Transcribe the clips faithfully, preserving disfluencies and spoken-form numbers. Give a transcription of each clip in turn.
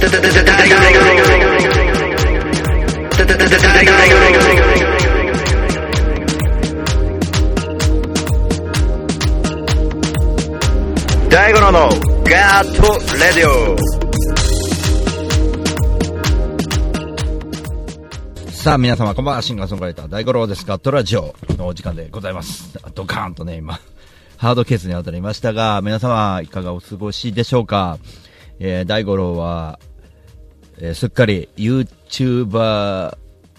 大五郎のガーットレディオ。さあ皆様こんばんは、シンガーソングライター大五郎です。ガットラジオのお時間でございます。ドカーンとね、今ハードケースに当たりましたが、皆様いかがお過ごしでしょうか。えー、大五郎は、えー、すっかり YouTuber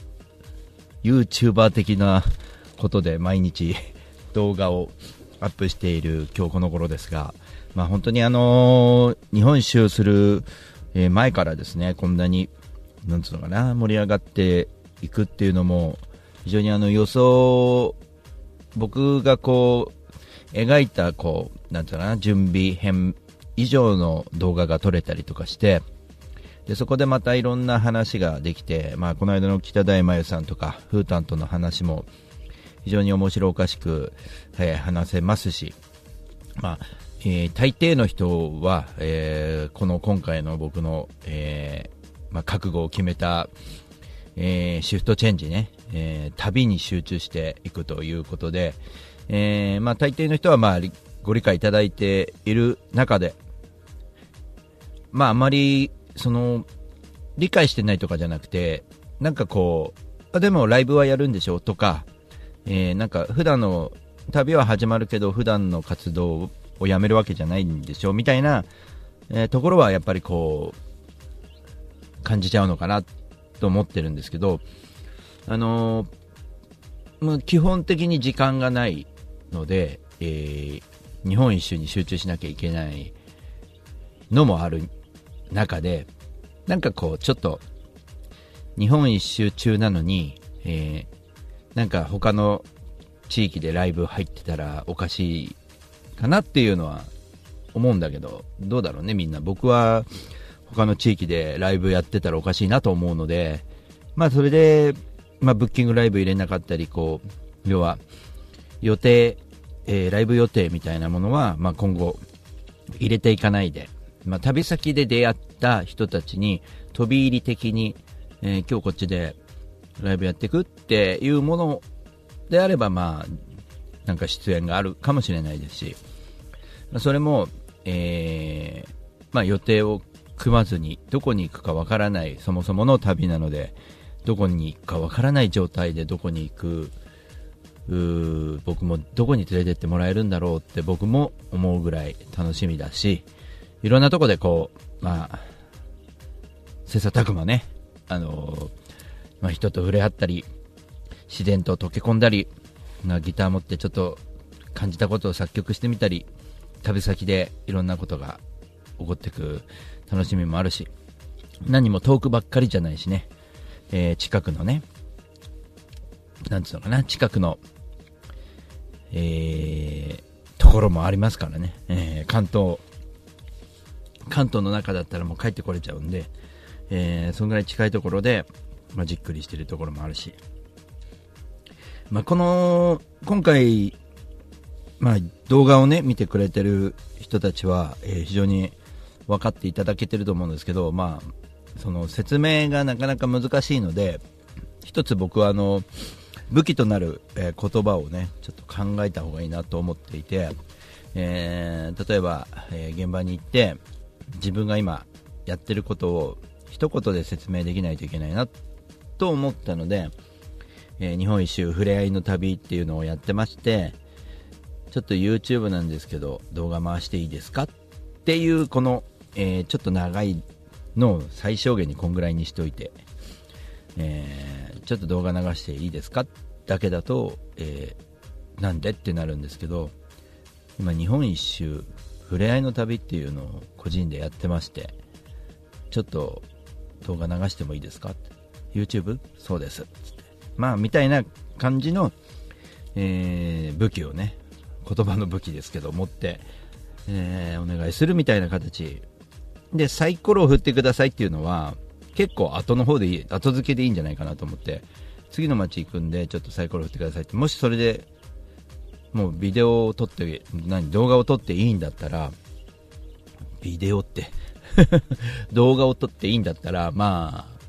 YouTuber 的なことで毎日動画をアップしている今日この頃ですが、まあ、本当にあのー、日本一周する、えー、前からですね、こんなになんつうのかな、盛り上がっていくっていうのも非常にあの予想、僕がこう描いたこうなんつうのかな、準備編以上の動画が撮れたりとかして、でそこでまたいろんな話ができて、まあ、この間の北大真由さんとかフータンとの話も非常に面白おかしく、えー、話せますし、まあえー、大抵の人は、えー、この今回の僕の、えーまあ、覚悟を決めた、えー、シフトチェンジね、えー、旅に集中していくということで、えーまあ、大抵の人は、まあ、ご理解いただいている中で、まあ、あまりその理解してないとかじゃなくて、なんかこう、でもライブはやるんでしょとか、えー、なんか普段の旅は始まるけど普段の活動をやめるわけじゃないんでしょみたいな、えー、ところはやっぱりこう感じちゃうのかなと思ってるんですけど、あのー、もう基本的に時間がないので、えー、日本一周に集中しなきゃいけないのもある中で、なんかこうちょっと日本一周中なのに、えー、なんか他の地域でライブ入ってたらおかしいかなっていうのは思うんだけど、どうだろうね、みんな。僕は他の地域でライブやってたらおかしいなと思うので、まあそれで、まあ、ブッキングライブ入れなかったり、こう要は予定、えー、ライブ予定みたいなものは、まあ、今後入れていかないで、まあ、旅先で出会った人たちに飛び入り的に、えー、今日こっちでライブやっていくっていうものであれば、まあなんか出演があるかもしれないですし、それも、えーまあ、予定を組まずにどこに行くかわからない、そもそもの旅なのでどこに行くかわからない状態でどこに行く、う僕もどこに連れてってもらえるんだろうって僕も思うぐらい楽しみだし、いろんなとこでこう、まあ切磋琢磨ね、あのーまあ、人と触れ合ったり自然と溶け込んだり、まあ、ギター持ってちょっと感じたことを作曲してみたり、旅先でいろんなことが起こってく楽しみもあるし、何も遠くばっかりじゃないしね、えー、近くのね、なんつうのかな、近くの、えー、ところもありますからね、えー、関東関東の中だったらもう帰ってこれちゃうんで、えー、そのぐらい近いところで、まあ、じっくりしてるところもあるし、まあ、この今回、まあ、動画をね見てくれてる人たちは、えー、非常に分かっていただけてると思うんですけど、まあ、その説明がなかなか難しいので、一つ僕はあの武器となる、えー、言葉をねちょっと考えた方がいいなと思っていて、えー、例えば、えー、現場に行って自分が今やってることを一言で説明できないといけないなと思ったので、えー、日本一周ふれあいの旅っていうのをやってまして、ちょっと YouTube なんですけど動画回していいですかっていうこの、えー、ちょっと長いのを最小限にこんぐらいにしておいて、えー、ちょっと動画流していいですかだけだと、えー、なんでってなるんですけど、今日本一周ふれあいの旅っていうのを個人でやってまして、ちょっと動画流してもいいですか YouTube？ そうですってまあみたいな感じの、えー、武器をね、言葉の武器ですけど持って、えー、お願いするみたいな形で、サイコロを振ってくださいっていうのは結構後の方でいい、後付けでいいんじゃないかなと思って、次の街行くんでちょっとサイコロ振ってくださいって、もしそれでもうビデオを撮って何動画を撮っていいんだったら、ビデオって動画を撮っていいんだったら、まあ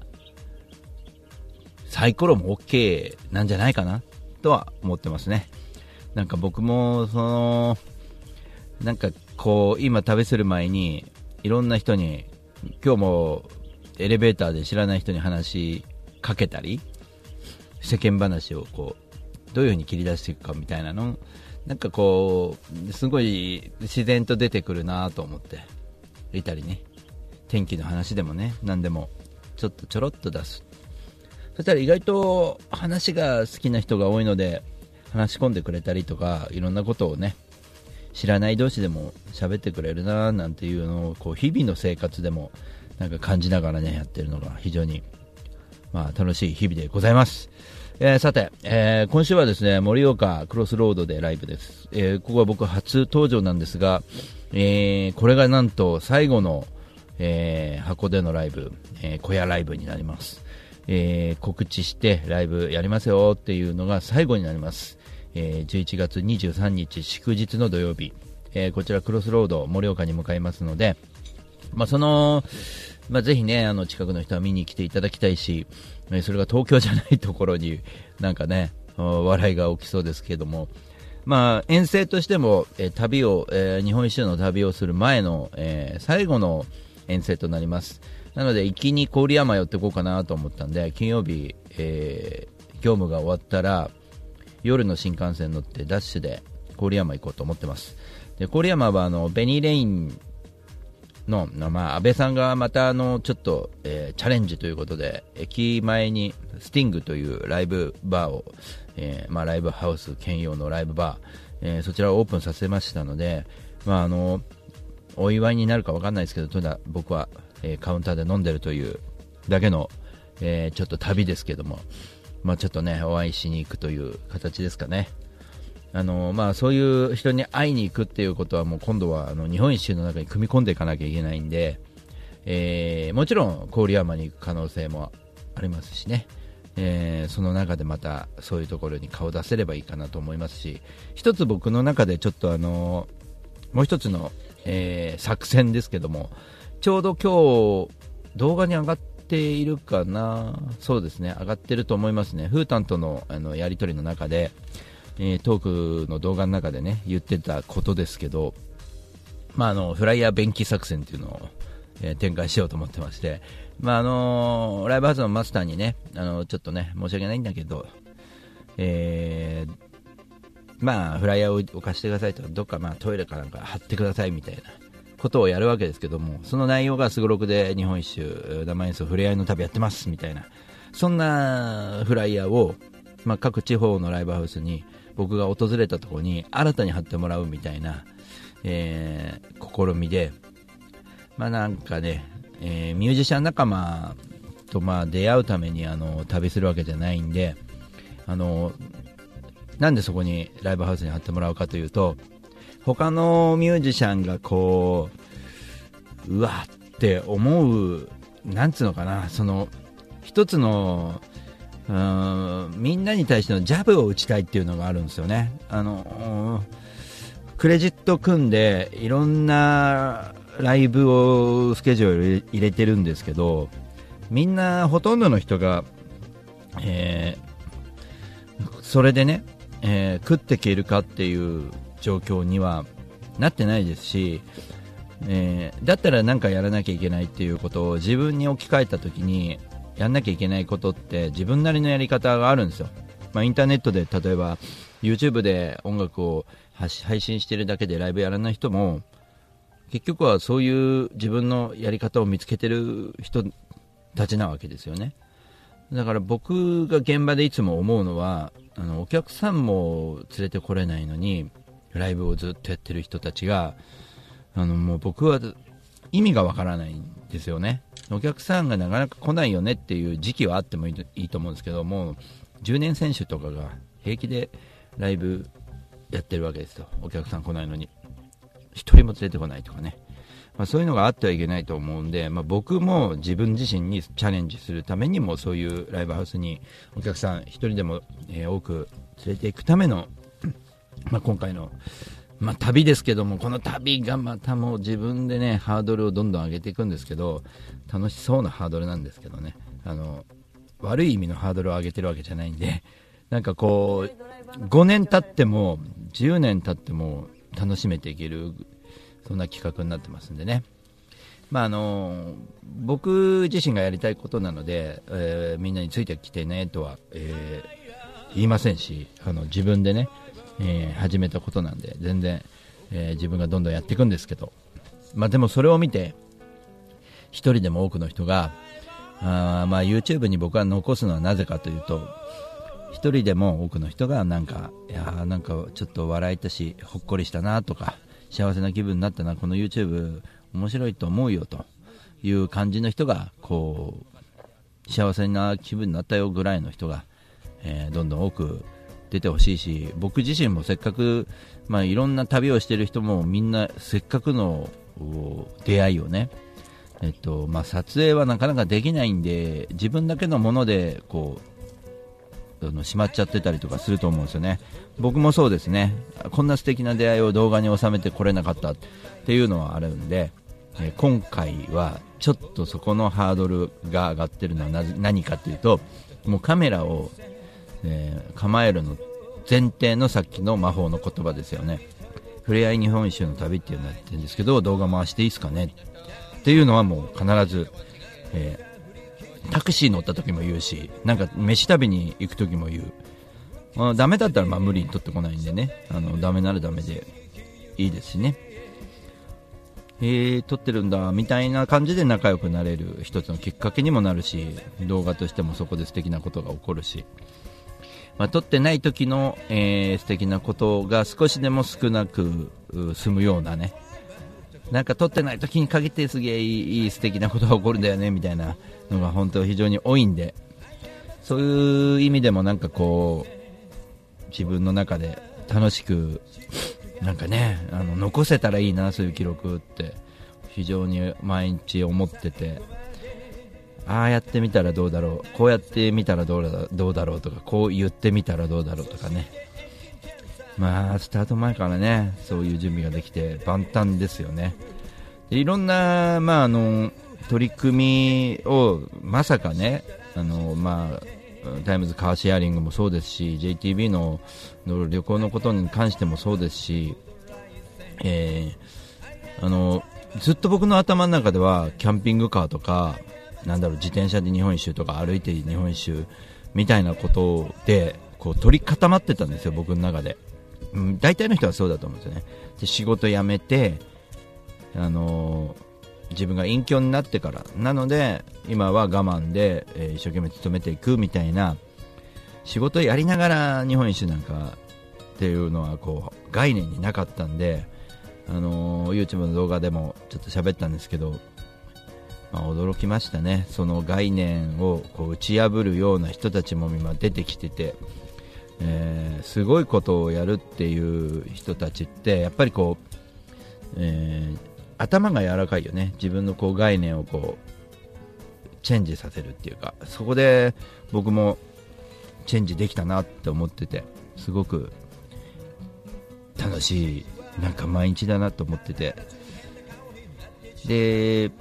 サイコロも OK なんじゃないかなとは思ってますね。なんか僕もそのなんかこう今旅する前にいろんな人に今日もエレベーターで知らない人に話しかけたり世間話をこうどういう風に切り出していくかみたいなのなんかこうすごい自然と出てくるなと思っていたりね、天気の話でもね何でもちょっとちょろっと出す。そしたら意外と話が好きな人が多いので話し込んでくれたりとかいろんなことをね知らない同士でも喋ってくれるななんていうのをこう日々の生活でもなんか感じながらねやってるのが非常にまあ楽しい日々でございます。えー、さて、えー、今週はですね盛岡クロスロードでライブです。えー、ここは僕初登場なんですが、えー、これがなんと最後の、えー、箱でのライブ、えー、小屋ライブになります。えー、告知してライブやりますよっていうのが最後になります。えー、じゅういちがつにじゅうさんにち祝日の土曜日、えー、こちらクロスロード盛岡に向かいますので、まあ、その、まあ、ぜひねあの近くの人は見に来ていただきたいし、えー、それが東京じゃないところになんかね笑いが起きそうですけれども、まあ、遠征としても、えー、旅を、えー、日本一周の旅をする前の、えー、最後の遠征となります。なので行きに郡山寄っていこうかなと思ったんで金曜日、えー、業務が終わったら夜の新幹線乗ってダッシュで郡山行こうと思ってます。で郡山はあのベニーレインの、まあ、安倍さんがまたあのちょっと、えー、チャレンジということで駅前にスティングというライブバーを、えーまあ、ライブハウス兼用のライブバー、えー、そちらをオープンさせましたので、まあ、あのお祝いになるか分かんないですけどとにかく僕はえー、カウンターで飲んでるというだけの、えー、ちょっと旅ですけども、まあ、ちょっとねお会いしに行くという形ですかね。あのーまあ、そういう人に会いに行くっていうことはもう今度はあの日本一周の中に組み込んでいかなきゃいけないんで、えー、もちろん郡山に行く可能性もありますしね、えー、その中でまたそういうところに顔出せればいいかなと思いますし、一つ僕の中でちょっとあのー、もう一つの、えー、作戦ですけども、ちょうど今日動画に上がっているかな、そうですね上がってると思いますね。フータンとの、あのやり取りの中で、えー、トークの動画の中でね言ってたことですけど、まあ、あのフライヤー便器作戦というのを、えー、展開しようと思ってまして、まああのー、ライブハウスのマスターにねあのちょっとね申し訳ないんだけど、えー、まあフライヤーを置かせてくださいと、どっかまあトイレかなんか貼ってくださいみたいなことをやるわけですけども、その内容がすごろくで日本一周生演奏ふれあいの旅やってますみたいな、そんなフライヤーを、まあ、各地方のライブハウスに僕が訪れたところに新たに貼ってもらうみたいな、えー、試みで、まあなんかね、えー、ミュージシャン仲間とまあ出会うためにあの旅するわけじゃないんで、あのなんでそこにライブハウスに貼ってもらうかというと、他のミュージシャンがこううわって思う、なんつうのかな、その一つのうーんみんなに対してのジャブを打ちたいっていうのがあるんですよね。あのクレジット組んでいろんなライブをスケジュール入れてるんですけど、みんなほとんどの人が、えー、それでね、えー、食っていけるかっていう状況にはなってないですし、えー、だったら何かやらなきゃいけないっていうことを自分に置き換えた時にやんなきゃいけないことって自分なりのやり方があるんですよ。まあ、インターネットで例えば YouTube で音楽を配信してるだけでライブやらない人も結局はそういう自分のやり方を見つけてる人たちなわけですよね。だから僕が現場でいつも思うのは、あのお客さんも連れてこれないのにライブをずっとやってる人たちが、あのもう僕は意味がわからないんですよね。お客さんがなかなか来ないよねっていう時期はあってもいいと、いいと思うんですけども、じゅうねん選手とかが平気でライブやってるわけですよ。お客さん来ないのに一人も連れてこないとかね、まあ、そういうのがあってはいけないと思うんで、まあ、僕も自分自身にチャレンジするためにもそういうライブハウスにお客さん一人でも、えー、多く連れていくための、まあ、今回のまあ、旅ですけども、この旅がまたもう自分でねハードルをどんどん上げていくんですけど、楽しそうなハードルなんですけどね、あの悪い意味のハードルを上げてるわけじゃないんで、なんかこうごねん経ってもじゅうねん経っても楽しめていける、そんな企画になってますんでね。まああの僕自身がやりたいことなので、えー、みんなについてきてねとは、えー、言いませんし、あの自分でね、えー、始めたことなんで全然、えー、自分がどんどんやっていくんですけど、まあ、でもそれを見て一人でも多くの人があ、まあ、YouTube に僕は残すのはなぜかというと、一人でも多くの人がなんか、いやーなんかちょっと笑えたしほっこりしたなとか幸せな気分になったな、この YouTube 面白いと思うよという感じの人がこう幸せな気分になったよぐらいの人が、えー、どんどん多く出てほしいし、僕自身もせっかく、まあ、いろんな旅をしている人もみんなせっかくの出会いをね、えっとまあ、撮影はなかなかできないんで自分だけのものでこうあのしまっちゃってたりとかすると思うんですよね。僕もそうですね、こんな素敵な出会いを動画に収めてこれなかったっていうのはあるんで、えー、今回はちょっとそこのハードルが上がってるのはな何かというと、もうカメラをえー、構えるの前提のさっきの魔法の言葉ですよね。ふれあい日本一周の旅っていうのをやってるんですけど、動画回していいですかねっていうのはもう必ず、えー、タクシー乗った時も言うし、なんか飯食べに行く時も言う、まあ、ダメだったらまあ無理に撮ってこないんでね、あのダメならダメでいいですしね、えー、撮ってるんだみたいな感じで仲良くなれる一つのきっかけにもなるし、動画としてもそこで素敵なことが起こるし、まあ、撮ってない時の、えー、素敵なことが少しでも少なく済むようなね、なんか撮ってない時に限ってすげえいい、いい素敵なことが起こるんだよねみたいなのが本当非常に多いんで、そういう意味でもなんかこう自分の中で楽しくなんかね、あの残せたらいいな、そういう記録って非常に毎日思ってて、ああやってみたらどうだろう、こうやってみたらどうだ、どうだろうとか、こう言ってみたらどうだろうとかね、まあスタート前からねそういう準備ができて万端ですよね。でいろんな、まあ、あの取り組みをまさかね、あの、まあ、タイムズカーシェアリングもそうですし ジェイティービー の, の旅行のことに関してもそうですし、えー、あのずっと僕の頭の中ではキャンピングカーとかなんだろう、自転車で日本一周とか歩いて日本一周みたいなことでこう取り固まってたんですよ、僕の中で。うん、大体の人はそうだと思うんですよね。で仕事辞めて、あのー、自分が隠居になってからなので今は我慢で、えー、一生懸命勤めていくみたいな、仕事やりながら日本一周なんかっていうのはこう概念になかったんで、あのー、YouTube の動画でもちょっと喋ったんですけど、まあ、驚きましたね。その概念をこう打ち破るような人たちも今出てきてて、えー、すごいことをやるっていう人たちってやっぱりこう、えー、頭が柔らかいよね。自分のこう概念をこうチェンジさせるっていうか、そこで僕もチェンジできたなって思ってて、すごく楽しいなんか毎日だなと思ってて、で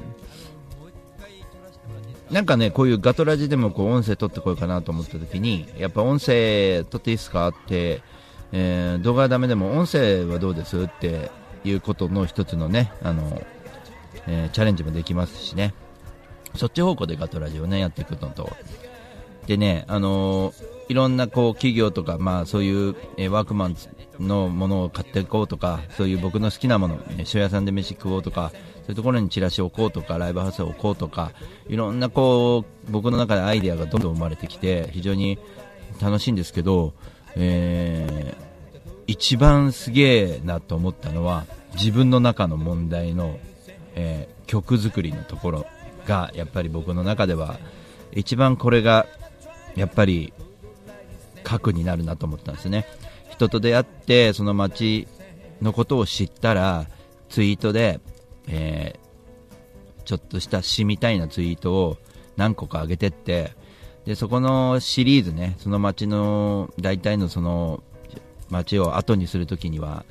なんかね、こういうガトラジでもこう音声取ってこようかなと思った時に、やっぱ音声取っていいですかって、えー、動画はダメでも音声はどうですっていうことの一つのね、あの、えー、チャレンジもできますしね、そっち方向でガトラジをねやっていくのと、でね、あのー、いろんなこう企業とか、まあそういう、えー、ワークマンのものを買っていこうとか、そういう僕の好きなもの、塩屋さんで飯食おうとか、そういうところにチラシを置こうとか、ライブハウスを置こうとか、いろんなこう僕の中でアイデアがどんどん生まれてきて非常に楽しいんですけど、えー、一番すげえなと思ったのは自分の中の問題の、えー、曲作りのところがやっぱり僕の中では一番これがやっぱり核になるなと思ったんですね。人と出会ってその街のことを知ったらツイートで、えー、ちょっとした詩みたいなツイートを何個か上げてって、でそこのシリーズね、その街の大体のその街を後にするときには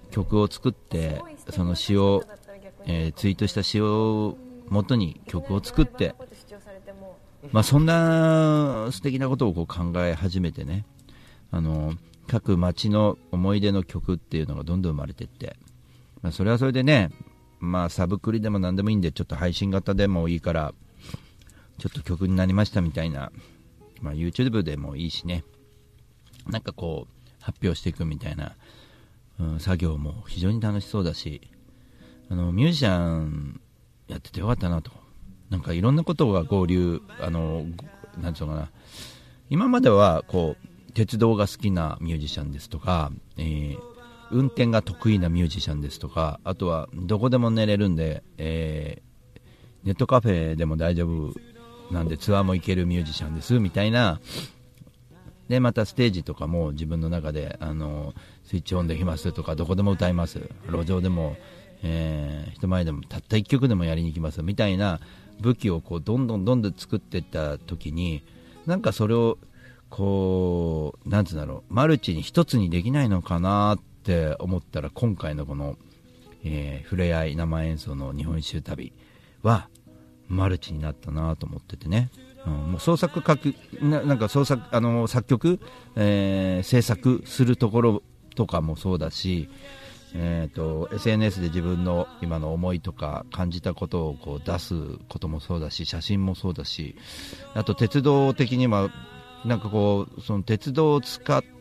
曲を作ってその詩を、えー、ツイートした詩を元に曲を作って、まあ、そんな素敵なことをこう考え始めてね、あの各街の思い出の曲っていうのがどんどん生まれていって、まあ、それはそれでね、まあ、サブクリでも何でもいいんで、ちょっと配信型でもいいからちょっと曲になりましたみたいな、まあ、YouTube でもいいしね、なんかこう発表していくみたいな、うん、作業も非常に楽しそうだし、あのミュージシャンやっててよかったなと。なんかいろんなことが合流、あのなんていうのかな、今まではこう鉄道が好きなミュージシャンですとか、えー、運転が得意なミュージシャンですとか、あとはどこでも寝れるんで、えー、ネットカフェでも大丈夫なんでツアーも行けるミュージシャンですみたいな。でまたステージとかも自分の中であのスイッチオンできますとか、どこでも歌います、路上でも、えー、人前でもたったいっきょくでもやりに行きますみたいな武器をこうどんどんどんどん作っていった時に、なんかそれをこうなんつうんだろう、マルチに一つにできないのかなって思ったら、今回のこの、えー、ふれあい生演奏の日本一周旅はマルチになったなと思っててね、うん、もう創作書く な, なんか創作あの作曲、えー、制作するところとかもそうだし、えー、と エスエヌエス で自分の今の思いとか感じたことをこう出すこともそうだし、写真もそうだし、あと鉄道的にはなんかこうその鉄道を使って、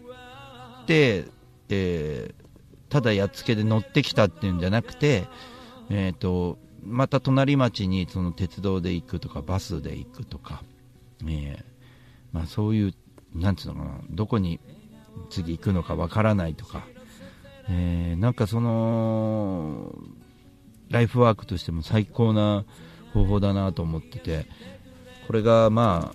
えー、ただやっつけで乗ってきたっていうんじゃなくて、えー、とまた隣町にその鉄道で行くとかバスで行くとか、えーまあ、そういうなんていうのかな、どこに次行くのかわからないとか、えー、なんかそのライフワークとしても最高な方法だなと思ってて、これがまあ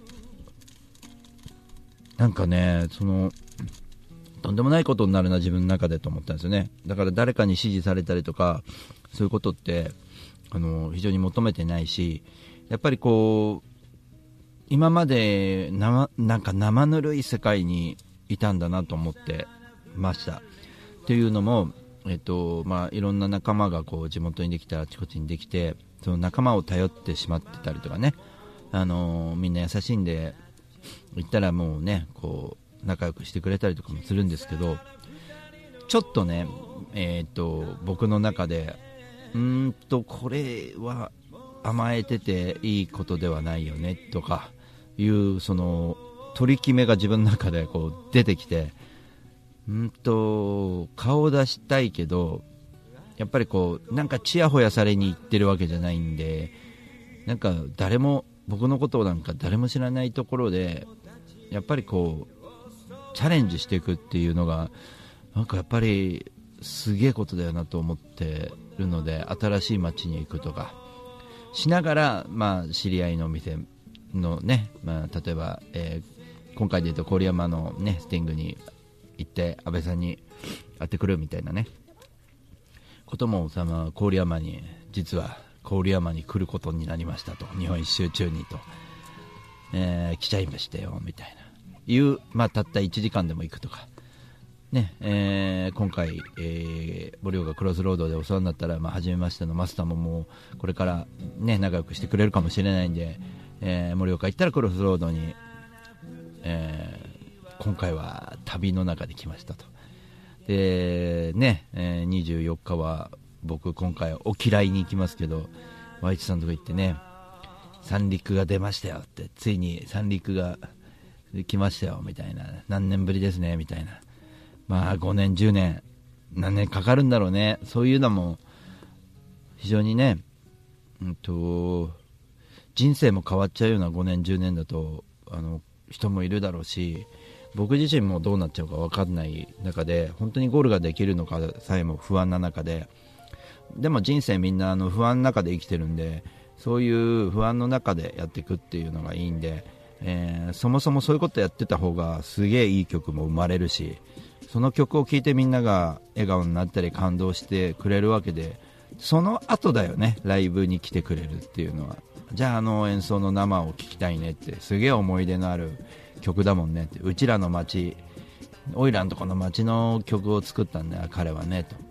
なんかね、そのとんでもないことになるな自分の中でと思ったんですよね。だから誰かに指示されたりとかそういうことってあの非常に求めてないし、やっぱりこう今までななんか生ぬるい世界にいたんだなと思ってました。というのも、えっとまあ、いろんな仲間がこう地元にできてあちこちにできて、その仲間を頼ってしまってたりとかね、あのみんな優しいんで言ったらもうねこう仲良くしてくれたりとかもするんですけど、ちょっとね、えー、っと僕の中でうーんとこれは甘えてていいことではないよねとかいうその取り決めが自分の中でこう出てきて、んと顔を出したいけどやっぱりこうなんかチヤホヤされに行ってるわけじゃないんで、なんか誰も僕のことをなんか誰も知らないところでやっぱりこうチャレンジしていくっていうのがなんかやっぱりすげえことだよなと思ってるので、新しい街に行くとかしながら、まあ、知り合いの店のね、まあ、例えば、えー、今回でいうと郡山の、ね、スティングに行って安倍さんに会ってくるみたいなねこともさ、まあ、郡山に実は郡山に来ることになりましたと、日本一周中にと、えー、来ちゃいましたよみたいないう、まあ、たったいちじかんでも行くとかね、えー、今回、えー、森岡クロスロードでお世話になったら、まあ、初めましてのマスターももうこれから、ね、仲良くしてくれるかもしれないんで、えー、森岡行ったらクロスロードに、えー、今回は旅の中で来ましたと。で、ねえー、にじゅうよっかは僕今回お嫌いに行きますけど、ワイチさんとこ行ってね、三陸が出ましたよって、ついに三陸が来ましたよみたいな、何年ぶりですねみたいな、まあごねんじゅうねん何年かかるんだろうね、そういうのも非常にね、うんと人生も変わっちゃうようなごねんじゅうねんだとあの人もいるだろうし、僕自身もどうなっちゃうか分かんない中で、本当にゴールができるのかさえも不安な中で、でも人生みんなあの不安の中で生きてるんで、そういう不安の中でやっていくっていうのがいいんで、えー、そもそもそういうことやってた方がすげえいい曲も生まれるし、その曲を聴いてみんなが笑顔になったり感動してくれるわけで、その後だよねライブに来てくれるっていうのは。じゃああの演奏の生を聴きたいねって、すげえ思い出のある曲だもんねって、うちらの街オイラのとこの街の曲を作ったんだよ彼はねと、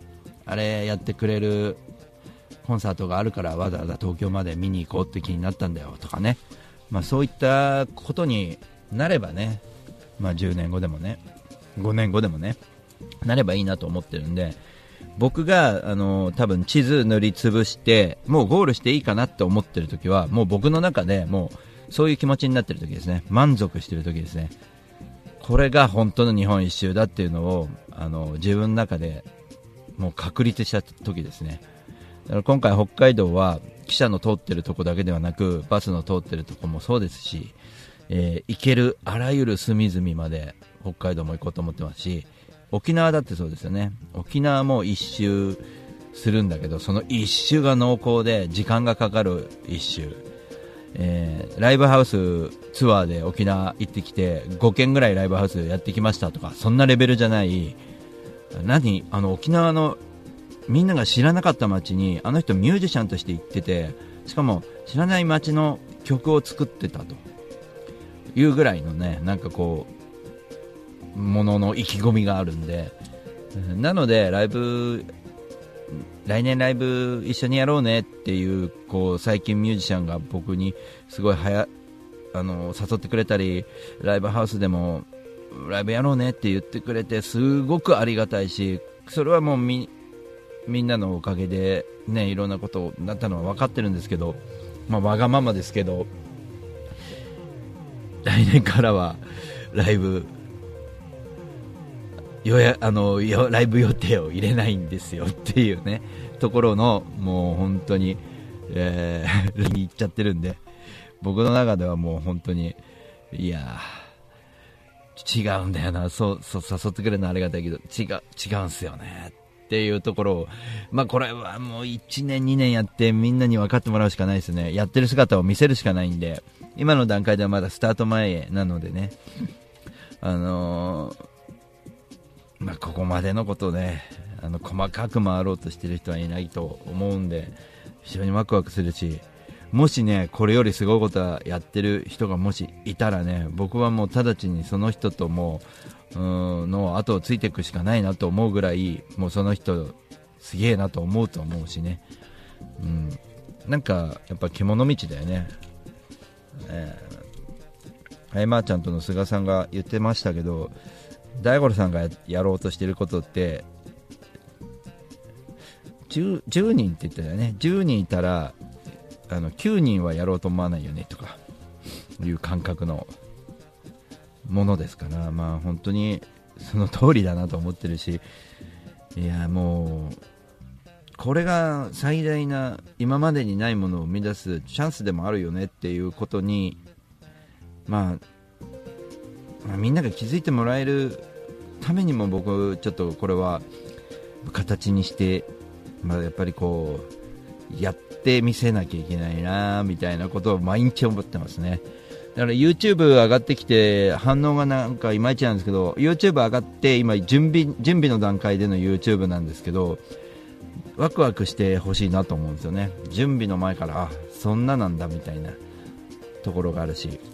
あれやってくれるコンサートがあるからわざわざ東京まで見に行こうって気になったんだよとかね、まあ、そういったことになればね、まあ、じゅうねんごでもねごねんごでもねなればいいなと思ってるんで、僕があの多分地図塗りつぶしてもうゴールしていいかなって思ってる時はもう僕の中でもうそういう気持ちになってる時ですね。満足してる時ですね。これが本当の日本一周だっていうのをあの自分の中でもう確立した時ですね。だから今回北海道は汽車の通ってるとこだけではなくバスの通ってるとこもそうですし、えー、行けるあらゆる隅々まで北海道も行こうと思ってますし、沖縄だってそうですよね。沖縄も一周するんだけど、その一周が濃厚で時間がかかる一周、えー、ライブハウスツアーで沖縄行ってきてごけんぐらいライブハウスやってきましたとか、そんなレベルじゃない。何あの沖縄のみんなが知らなかった街にあの人ミュージシャンとして行ってて、しかも知らない街の曲を作ってたというぐらいのね、なんかこうものの意気込みがあるんで、なのでライブ来年ライブ一緒にやろうねっていう、こう最近ミュージシャンが僕にすごいはやあの誘ってくれたり、ライブハウスでもライブやろうねって言ってくれてすごくありがたいし、それはもう み, みんなのおかげでね、いろんなことになったのは分かってるんですけど、まあ、わがままですけど来年からはライブよやあのよライブ予定を入れないんですよっていうねところの、もう本当に、えー、に行っちゃってるんで、僕の中ではもう本当にいや違うんだよな、そうそう誘ってくれるのはありがたいけど違う違うんすよねっていうところを、まあ、これはもういちねんにねんやってみんなに分かってもらうしかないですね。やってる姿を見せるしかないんで、今の段階ではまだスタート前なのでね、あのーまあ、ここまでのことをね、あの細かく回ろうとしている人はいないと思うんで、非常にワクワクするし、もしねこれよりすごいことをやってる人がもしいたらね、僕はもう直ちにその人ともうーんの後をついていくしかないなと思うぐらい、もうその人すげえなと思うと思うしね、うん、なんかやっぱ獣道だよね。えー、あやまーちゃんとの菅さんが言ってましたけど、大五郎さんがやろうとしていることって 10, じゅうにんって言ったよね。じゅうにんいたらあのきゅうにんはやろうと思わないよねとかいう感覚のものですから、まあ本当にその通りだなと思ってるし、いやもうこれが最大な今までにないものを生み出すチャンスでもあるよねっていうことに、まあまあ、みんなが気づいてもらえるためにも僕ちょっとこれは形にして、まあ、やっぱりこうやってみせなきゃいけないなみたいなことを毎日思ってますね。だから YouTube 上がってきて反応がなんかいまいちなんですけど、 YouTube 上がって今準備準備の段階での YouTube なんですけど、ワクワクしてほしいなと思うんですよね。準備の前からあそんななんだみたいなところがあるし、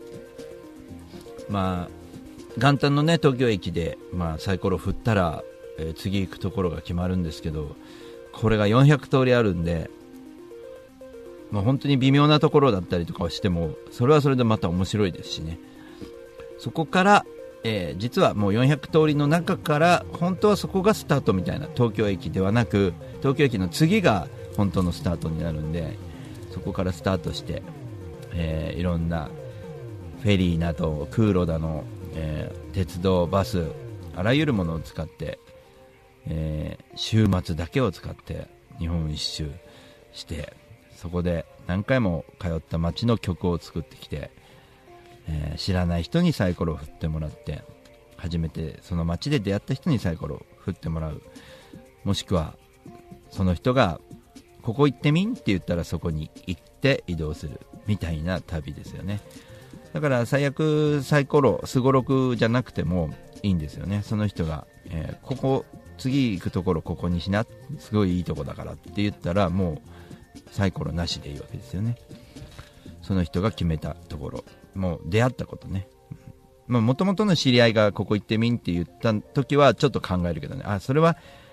まあ、元旦の、ね、東京駅で、まあ、サイコロ振ったら、えー、次行くところが決まるんですけど、これがよんひゃくとおりあるんで、まあ、本当に微妙なところだったりとかをしてもそれはそれでまた面白いですしね。そこから、えー、実はもうよんひゃくとおりの中から本当はそこがスタートみたいな、東京駅ではなく東京駅の次が本当のスタートになるんで、そこからスタートして、えー、いろんなフェリーなど空路だの、えー、鉄道バスあらゆるものを使って、えー、週末だけを使って日本一周して、そこで何回も通った街の曲を作ってきて、えー、知らない人にサイコロを振ってもらって、初めてその街で出会った人にサイコロを振ってもらう、もしくはその人がここ行ってみんって言ったらそこに行って移動するみたいな旅ですよね。だから最悪サイコロすごろくじゃなくてもいいんですよね。その人が、えー、ここ次行くところここにしな、すごいいいとこだからって言ったらもうサイコロなしでいいわけですよね。その人が決めたところ、もう出会ったことね、もともとの知り合いがここ行ってみんって言った時はちょっと考えるけどね、あそれは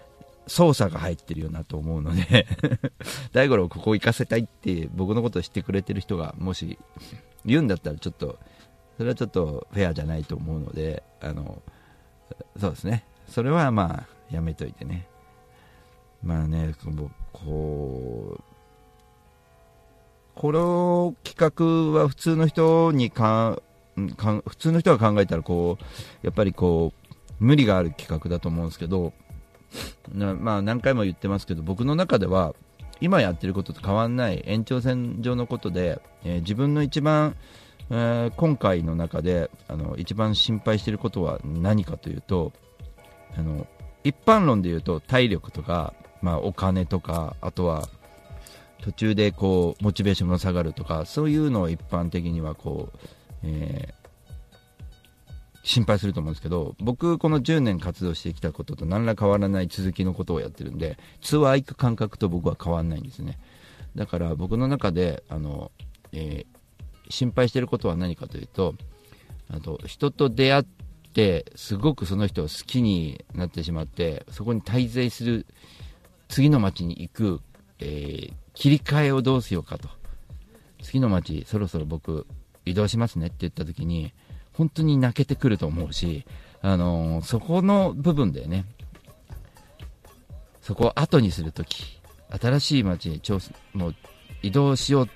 操作が入ってるよなと思うので大五郎ここ行かせたいって僕のことを知ってくれてる人がもし言うんだったら、ちょっとそれはちょっとフェアじゃないと思うので、あのそうですね、それはまあやめといてね。まあね、こうこの企画は普通の人にかか普通の人が考えたらこうやっぱりこう無理がある企画だと思うんですけど、なまあ何回も言ってますけど、僕の中では今やってることと変わらない延長線上のことで、えー、自分の一番、えー、今回の中であの一番心配していることは何かというと、あの一般論で言うと体力とか、まあ、お金とか、あとは途中でこうモチベーションが下がるとか、そういうのを一般的にはこう、えー心配すると思うんですけど、僕このじゅうねん活動してきたことと何ら変わらない続きのことをやってるんで、ツアー行く感覚と僕は変わらないんですね。だから僕の中であの、えー、心配していることは何かというと、あと人と出会ってすごくその人を好きになってしまって、そこに滞在する、次の街に行く、えー、切り替えをどうしようかと。次の街そろそろ僕移動しますねって言った時に本当に泣けてくると思うし、あのー、そこの部分でね、そこを後にするとき、新しい街に調もう移動しようって、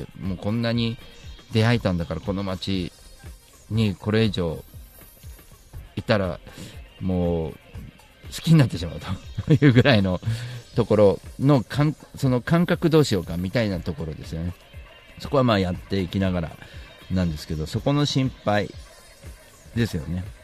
もうこんなに出会えたんだから、この街にこれ以上いたらもう好きになってしまうというぐらいのところのかんその感覚どうしようかみたいなところですよね。そこはまあやっていきながらなんですけど、そこの心配ですよね。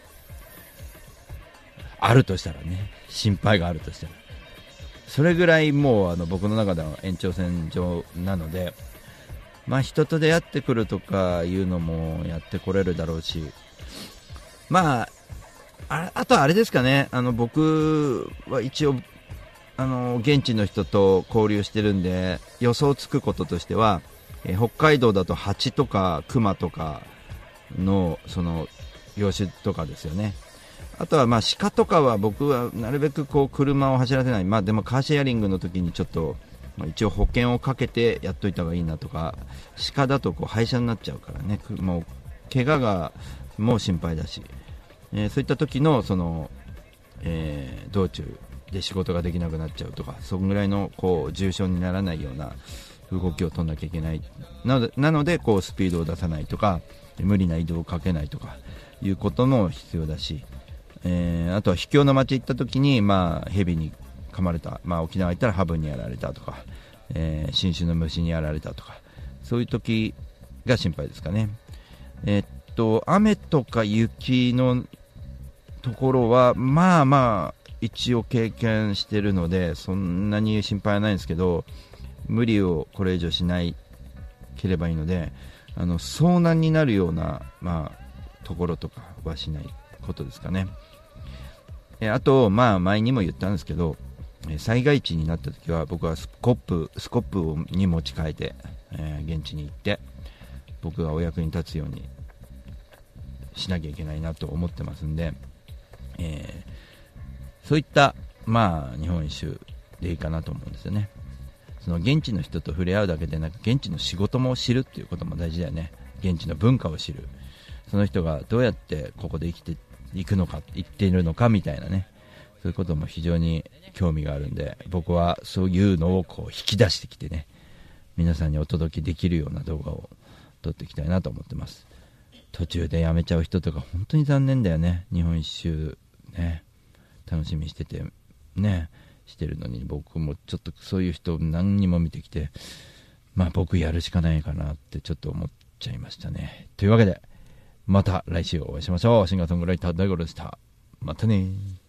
あるとしたらね、心配があるとしたら、それぐらいもうあの僕の中では延長線上なので、まあ人と出会ってくるとかいうのもやってこれるだろうし、まあ あ, あとはあれですかね、あの僕は一応あの現地の人と交流してるんで、予想つくこととしては、え北海道だとハチとかクマとかのその養種とかですよね。あとはまあ鹿とかは僕はなるべくこう車を走らせない、まあでもカーシェアリングの時にちょっと、まあ、一応保険をかけてやっといた方がいいなとか、鹿だとこう廃車になっちゃうからね、もう怪我がもう心配だし、えー、そういった時のその、えー、道中で仕事ができなくなっちゃうとか、そのぐらいのこう重傷にならないような動きを取らなきゃいけないなので、なのでこうスピードを出さないとか、無理な移動をかけないとかいうことも必要だし、えー、あとは秘境の町行った時に、まあ、蛇に噛まれた、まあ、沖縄行ったらハブにやられたとか、えー、新種の虫にやられたとか、そういう時が心配ですかね。えー、っと雨とか雪のところはまあまあ一応経験してるのでそんなに心配はないんですけど、無理をこれ以上しないければいいので、あの遭難になるような、まあ、ところとかはしないことですかね。えあと、まあ、前にも言ったんですけど、災害地になった時は僕はスコップスコップに持ち替えて、えー、現地に行って僕がお役に立つようにしなきゃいけないなと思ってますんで、えー、そういった、まあ、日本一周でいいかなと思うんですよね。その現地の人と触れ合うだけでなく、現地の仕事も知るっていうことも大事だよね。現地の文化を知る、その人がどうやってここで生きていくのか、生きているのかみたいなね、そういうことも非常に興味があるんで、僕はそういうのをこう引き出してきてね、皆さんにお届けできるような動画を撮っていきたいなと思ってます。途中でやめちゃう人とか本当に残念だよね。日本一周ね、楽しみにしててねしてるのに、僕もちょっとそういう人何人も見てきて、まあ僕やるしかないかなってちょっと思っちゃいましたね。というわけでまた来週お会いしましょう。シンガーソングライター大五郎でした。またね。